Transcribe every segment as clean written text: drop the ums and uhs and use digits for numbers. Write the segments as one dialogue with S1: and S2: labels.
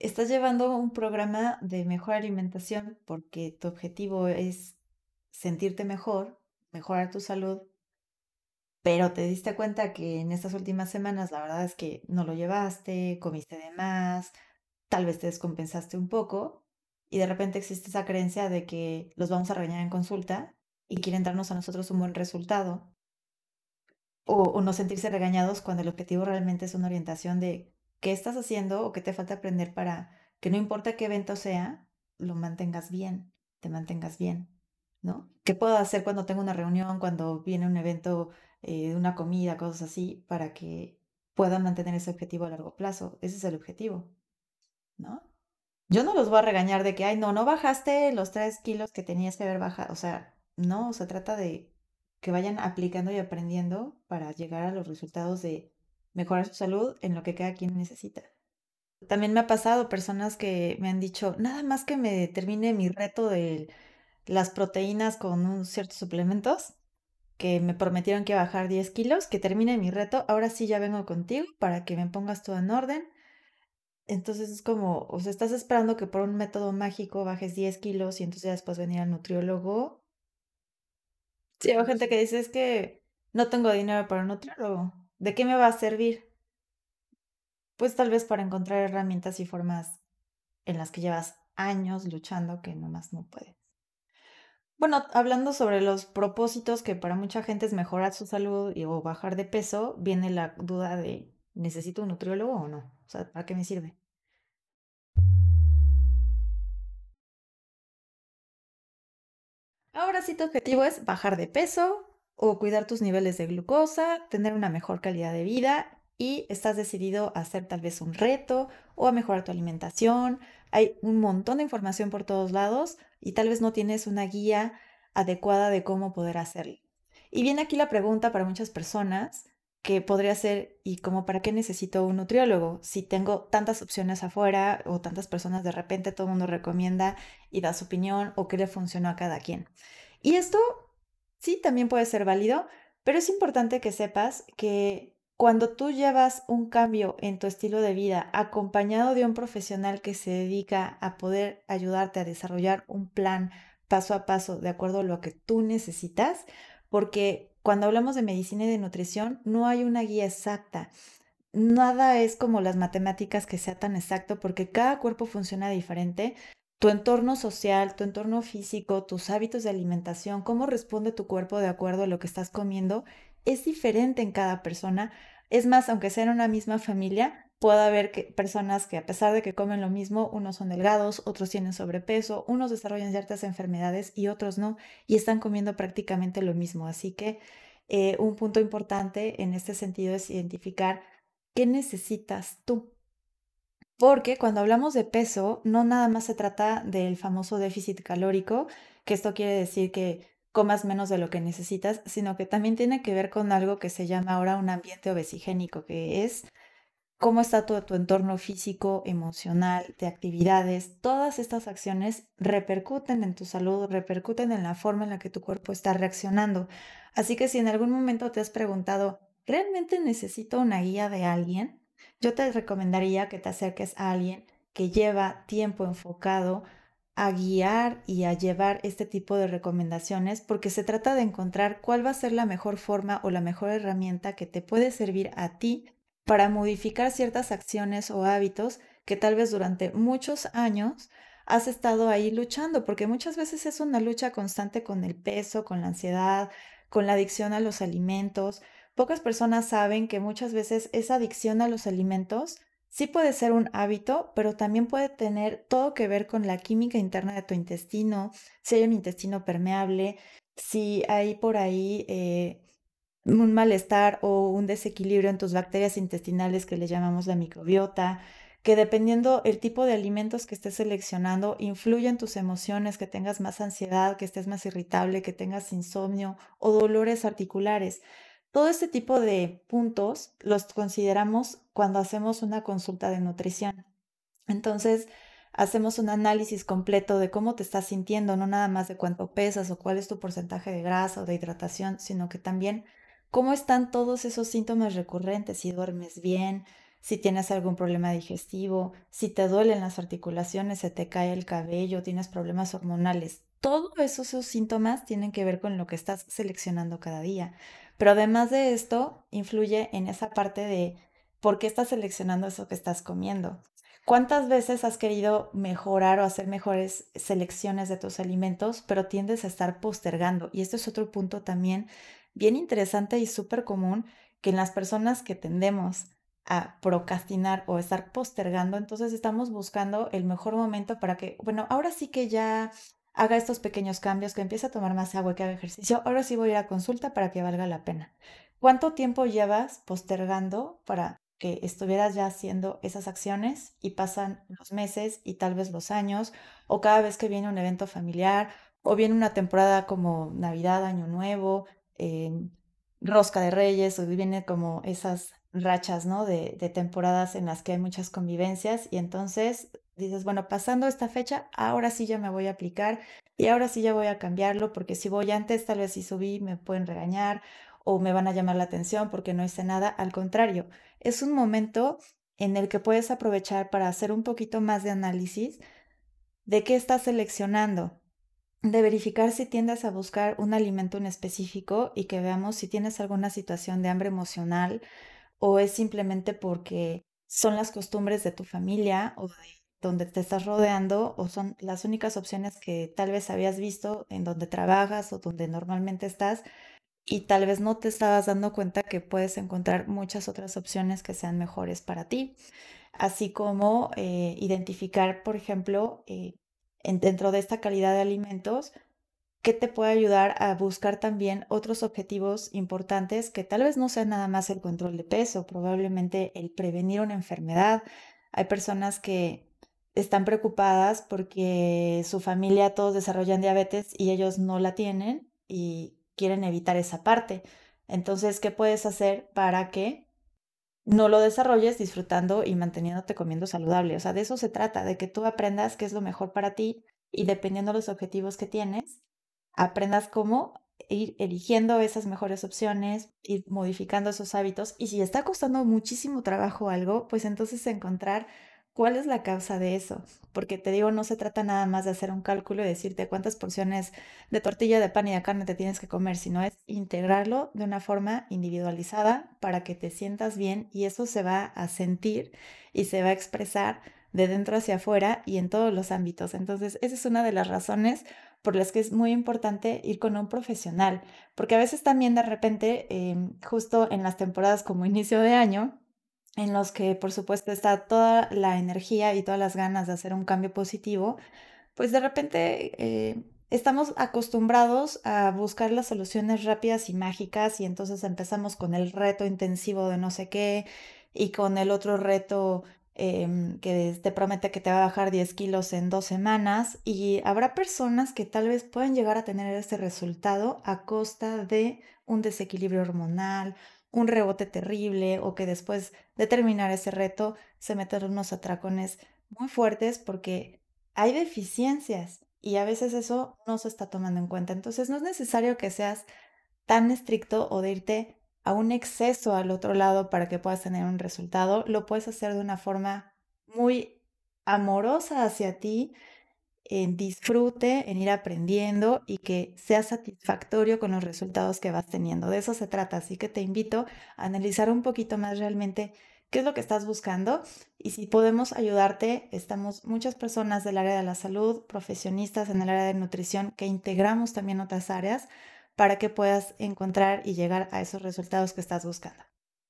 S1: estás llevando un programa de mejor alimentación porque tu objetivo es sentirte mejor, mejorar tu salud, pero te diste cuenta que en estas últimas semanas la verdad es que no lo llevaste, comiste de más, tal vez te descompensaste un poco y de repente existe esa creencia de que los vamos a regañar en consulta y quieren darnos a nosotros un buen resultado o no sentirse regañados cuando el objetivo realmente es una orientación de qué estás haciendo o qué te falta aprender para que no importa qué evento sea, lo mantengas bien, te mantengas bien, ¿no? ¿Qué puedo hacer cuando tengo una reunión, cuando viene un evento, una comida, cosas así, para que pueda mantener ese objetivo a largo plazo? Ese es el objetivo, ¿no? Yo no los voy a regañar de que, ay, no, no bajaste los 3 kilos que tenías que haber bajado. O sea, no, se trata de que vayan aplicando y aprendiendo para llegar a los resultados de mejorar su salud en lo que cada quien necesita. También me ha pasado personas que me han dicho, nada más que me termine mi reto de las proteínas con ciertos suplementos, que me prometieron que iba a bajar 10 kilos, que termine mi reto, ahora sí ya vengo contigo para que me pongas todo en orden. Entonces es como, o sea, estás esperando que por un método mágico bajes 10 kilos y entonces ya después venir al nutriólogo. Sí, hay gente que dice, es que no tengo dinero para un nutriólogo. ¿De qué me va a servir? Pues tal vez para encontrar herramientas y formas en las que llevas años luchando que nomás no puedes. Bueno, hablando sobre los propósitos que para mucha gente es mejorar su salud o bajar de peso, viene la duda de, ¿necesito un nutriólogo o no? O sea, ¿para qué me sirve? Ahora sí tu objetivo es bajar de peso o cuidar tus niveles de glucosa, tener una mejor calidad de vida y estás decidido a hacer tal vez un reto o a mejorar tu alimentación. Hay un montón de información por todos lados y tal vez no tienes una guía adecuada de cómo poder hacerlo. Y viene aquí la pregunta para muchas personas que podría ser, ¿y como para qué necesito un nutriólogo? Si tengo tantas opciones afuera o tantas personas de repente todo el mundo recomienda y da su opinión o qué le funcionó a cada quien. Y esto sí también puede ser válido, pero es importante que sepas que cuando tú llevas un cambio en tu estilo de vida acompañado de un profesional que se dedica a poder ayudarte a desarrollar un plan paso a paso de acuerdo a lo que tú necesitas, porque cuando hablamos de medicina y de nutrición no hay una guía exacta. Nada es como las matemáticas que sea tan exacto porque cada cuerpo funciona diferente. Tu entorno social, tu entorno físico, tus hábitos de alimentación, cómo responde tu cuerpo de acuerdo a lo que estás comiendo, es diferente en cada persona. Es más, aunque sea en una misma familia, puede haber personas que a pesar de que comen lo mismo, unos son delgados, otros tienen sobrepeso, unos desarrollan ciertas enfermedades y otros no, y están comiendo prácticamente lo mismo. Así que un punto importante en este sentido es identificar qué necesitas tú. Porque cuando hablamos de peso, no nada más se trata del famoso déficit calórico, que esto quiere decir que comas menos de lo que necesitas, sino que también tiene que ver con algo que se llama ahora un ambiente obesigénico, que es cómo está todo tu entorno físico, emocional, de actividades. Todas estas acciones repercuten en tu salud, repercuten en la forma en la que tu cuerpo está reaccionando. Así que si en algún momento te has preguntado, ¿realmente necesito una guía de alguien? Yo te recomendaría que te acerques a alguien que lleva tiempo enfocado a guiar y a llevar este tipo de recomendaciones porque se trata de encontrar cuál va a ser la mejor forma o la mejor herramienta que te puede servir a ti para modificar ciertas acciones o hábitos que tal vez durante muchos años has estado ahí luchando, porque muchas veces es una lucha constante con el peso, con la ansiedad, con la adicción a los alimentos. Pocas personas saben que muchas veces esa adicción a los alimentos sí puede ser un hábito, pero también puede tener todo que ver con la química interna de tu intestino, si hay un intestino permeable, si hay por ahí un malestar o un desequilibrio en tus bacterias intestinales que le llamamos la microbiota, que dependiendo el tipo de alimentos que estés seleccionando, influye en tus emociones, que tengas más ansiedad, que estés más irritable, que tengas insomnio o dolores articulares. Todo este tipo de puntos los consideramos cuando hacemos una consulta de nutrición. Entonces, hacemos un análisis completo de cómo te estás sintiendo, no nada más de cuánto pesas o cuál es tu porcentaje de grasa o de hidratación, sino que también cómo están todos esos síntomas recurrentes, si duermes bien, si tienes algún problema digestivo, si te duelen las articulaciones, se te cae el cabello, tienes problemas hormonales. Todos esos síntomas tienen que ver con lo que estás seleccionando cada día. Pero además de esto, influye en esa parte de por qué estás seleccionando eso que estás comiendo. ¿Cuántas veces has querido mejorar o hacer mejores selecciones de tus alimentos, pero tiendes a estar postergando? Y este es otro punto también bien interesante y súper común, que en las personas que tendemos a procrastinar o estar postergando, entonces estamos buscando el mejor momento para que, bueno, ahora sí que ya haga estos pequeños cambios, que empiece a tomar más agua, que haga ejercicio, ahora sí voy a ir a consulta para que valga la pena. ¿Cuánto tiempo llevas postergando para que estuvieras ya haciendo esas acciones y pasan los meses y tal vez los años, o cada vez que viene un evento familiar, o viene una temporada como Navidad, Año Nuevo, Rosca de Reyes, o viene como esas rachas, ¿no? De temporadas en las que hay muchas convivencias y entonces dices, bueno, pasando esta fecha, ahora sí ya me voy a aplicar y ahora sí ya voy a cambiarlo porque si voy antes, tal vez si subí me pueden regañar o me van a llamar la atención porque no hice nada. Al contrario, es un momento en el que puedes aprovechar para hacer un poquito más de análisis de qué estás seleccionando, de verificar si tiendes a buscar un alimento en específico y que veamos si tienes alguna situación de hambre emocional o es simplemente porque son las costumbres de tu familia o de donde te estás rodeando o son las únicas opciones que tal vez habías visto en donde trabajas o donde normalmente estás y tal vez no te estabas dando cuenta que puedes encontrar muchas otras opciones que sean mejores para ti, así como identificar, por ejemplo, dentro de esta calidad de alimentos, qué te puede ayudar a buscar también otros objetivos importantes que tal vez no sea nada más el control de peso, probablemente el prevenir una enfermedad. Hay personas que están preocupadas porque su familia todos desarrollan diabetes y ellos no la tienen y quieren evitar esa parte. Entonces, ¿qué puedes hacer para que no lo desarrolles disfrutando y manteniéndote comiendo saludable? O sea, de eso se trata, de que tú aprendas qué es lo mejor para ti y dependiendo de los objetivos que tienes, aprendas cómo ir eligiendo esas mejores opciones, ir modificando esos hábitos. Y si está costando muchísimo trabajo algo, pues entonces encontrar cuál es la causa de eso. Porque te digo, no se trata nada más de hacer un cálculo y decirte cuántas porciones de tortilla de pan y de carne te tienes que comer, sino es integrarlo de una forma individualizada para que te sientas bien y eso se va a sentir y se va a expresar de dentro hacia afuera y en todos los ámbitos. Entonces, esa es una de las razones por las que es muy importante ir con un profesional, porque a veces también de repente, justo en las temporadas como inicio de año, en los que por supuesto está toda la energía y todas las ganas de hacer un cambio positivo, pues de repente estamos acostumbrados a buscar las soluciones rápidas y mágicas y entonces empezamos con el reto intensivo de no sé qué y con el otro reto que te promete que te va a bajar 10 kilos en 2 semanas y habrá personas que tal vez puedan llegar a tener este resultado a costa de un desequilibrio hormonal, un rebote terrible o que después de terminar ese reto se metan unos atracones muy fuertes porque hay deficiencias y a veces eso no se está tomando en cuenta. Entonces no es necesario que seas tan estricto o de irte a un exceso al otro lado para que puedas tener un resultado. Lo puedes hacer de una forma muy amorosa hacia ti, en disfrute, en ir aprendiendo y que sea satisfactorio con los resultados que vas teniendo. De eso se trata. Así que te invito a analizar un poquito más realmente qué es lo que estás buscando y si podemos ayudarte. Estamos muchas personas del área de la salud, profesionistas en el área de nutrición, que integramos también otras áreas para que puedas encontrar y llegar a esos resultados que estás buscando.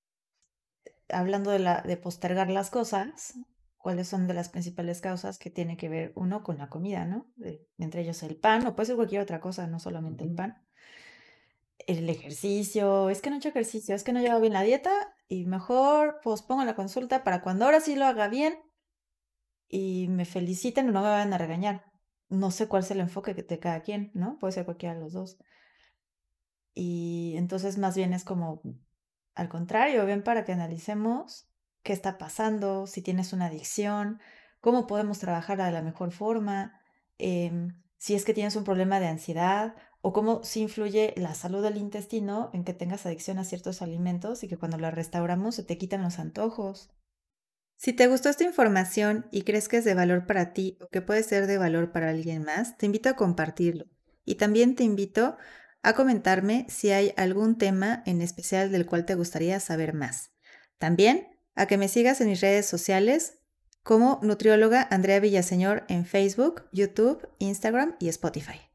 S1: Hablando de postergar las cosas, ¿cuáles son de las principales causas que tiene que ver uno con la comida, ¿no? Entre ellos el pan, o puede ser cualquier otra cosa, no solamente el pan. El ejercicio, es que no he hecho ejercicio, es que no llevo bien la dieta y mejor pospongo la consulta para cuando ahora sí lo haga bien y me feliciten o no me vayan a regañar. No sé cuál es el enfoque de cada quien, ¿no? Puede ser cualquiera de los dos. Y entonces más bien es como, al contrario, ven para que analicemos qué está pasando, si tienes una adicción, cómo podemos trabajar de la mejor forma, si es que tienes un problema de ansiedad o cómo si influye la salud del intestino en que tengas adicción a ciertos alimentos y que cuando la restauramos se te quitan los antojos. Si te gustó esta información y crees que es de valor para ti o que puede ser de valor para alguien más, te invito a compartirlo. Y también te invito a comentarme si hay algún tema en especial del cual te gustaría saber más. También a que me sigas en mis redes sociales como nutrióloga Andrea Villaseñor en Facebook, YouTube, Instagram y Spotify.